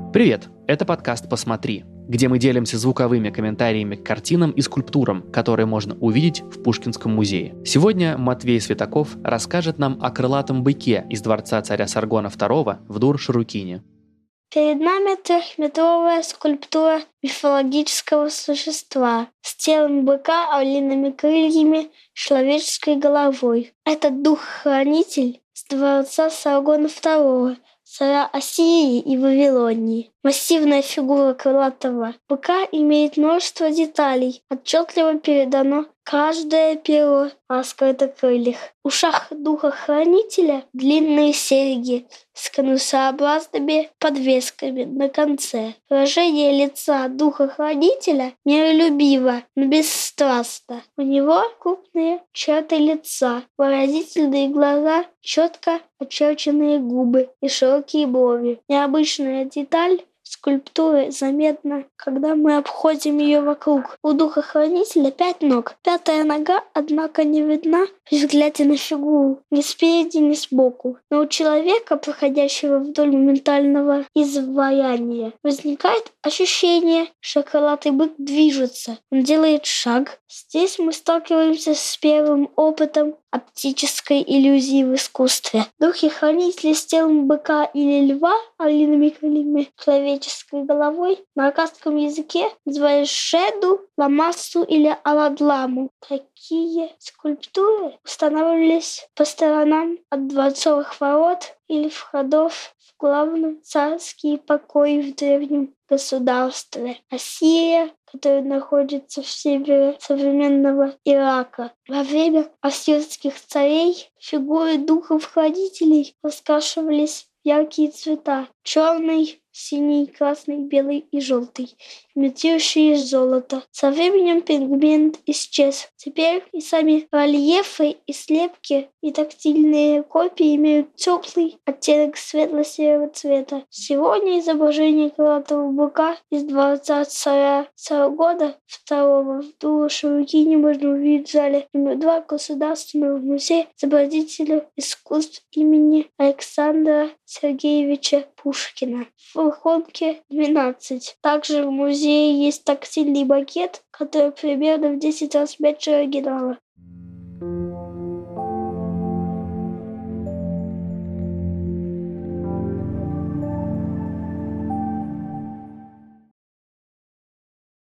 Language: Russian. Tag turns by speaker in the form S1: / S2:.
S1: Привет! Это подкаст «Посмотри», где мы делимся звуковыми комментариями к картинам и скульптурам, которые можно увидеть в Пушкинском музее. Сегодня Матвей Светаков расскажет нам о крылатом быке из дворца царя Саргона II в Дур-Шарукине.
S2: Перед нами трехметровая скульптура мифологического существа с телом быка, орлиными крыльями, человеческой головой. Это дух-хранитель с дворца Саргона II, царя Ассирии и Вавилонии. Массивная фигура крылатого быка имеет множество деталей. Отчетливо передано каждое перо на раскрытых крыльях. В ушах духа-хранителя длинные серьги с конусообразными подвесками на конце. Выражение лица духа-хранителя миролюбиво, но бесстрастно. У него крупные черты лица, выразительные глаза, четко очерченные губы и широкие брови. Необычная деталь скульптуры заметна, когда мы обходим ее вокруг. У духа-хранителя 5 ног. 5-я нога, однако, не видна при взгляде на фигуру ни спереди, ни сбоку. Но у человека, проходящего вдоль моментального изваяния, возникает ощущение, что крылатый бык движется. Он делает шаг. Здесь мы сталкиваемся с первым опытом оптической иллюзии в искусстве. Духи-хранители с телом быка или льва, орлиными крыльями, человеческой головой на аркадском языке называют шеду, ламассу или аладламу. Такие скульптуры устанавливались по сторонам от дворцовых ворот или входов в главном царские покои в древнем государстве. Ассирия, которая находится в севере современного Ирака. Во время ассирских царей фигуры духов-хранителей раскрашивались в яркие цвета: черный, синий, красный, белый и желтый, имитирующие золото. Со временем пигмент исчез. Теперь и сами рельефы, и слепки, и тактильные копии имеют теплый оттенок светло-серого цвета. Сегодня изображение крылатого быка из дворца царя Саргона II в Дур-Шарукине можно увидеть в зале номер 2 Государственного музея изобразительных искусств имени Александра Сергеевича Пушкина в Волхонке 12. Также в музее есть тактильный макет, который примерно в 10 раз меньше оригинала.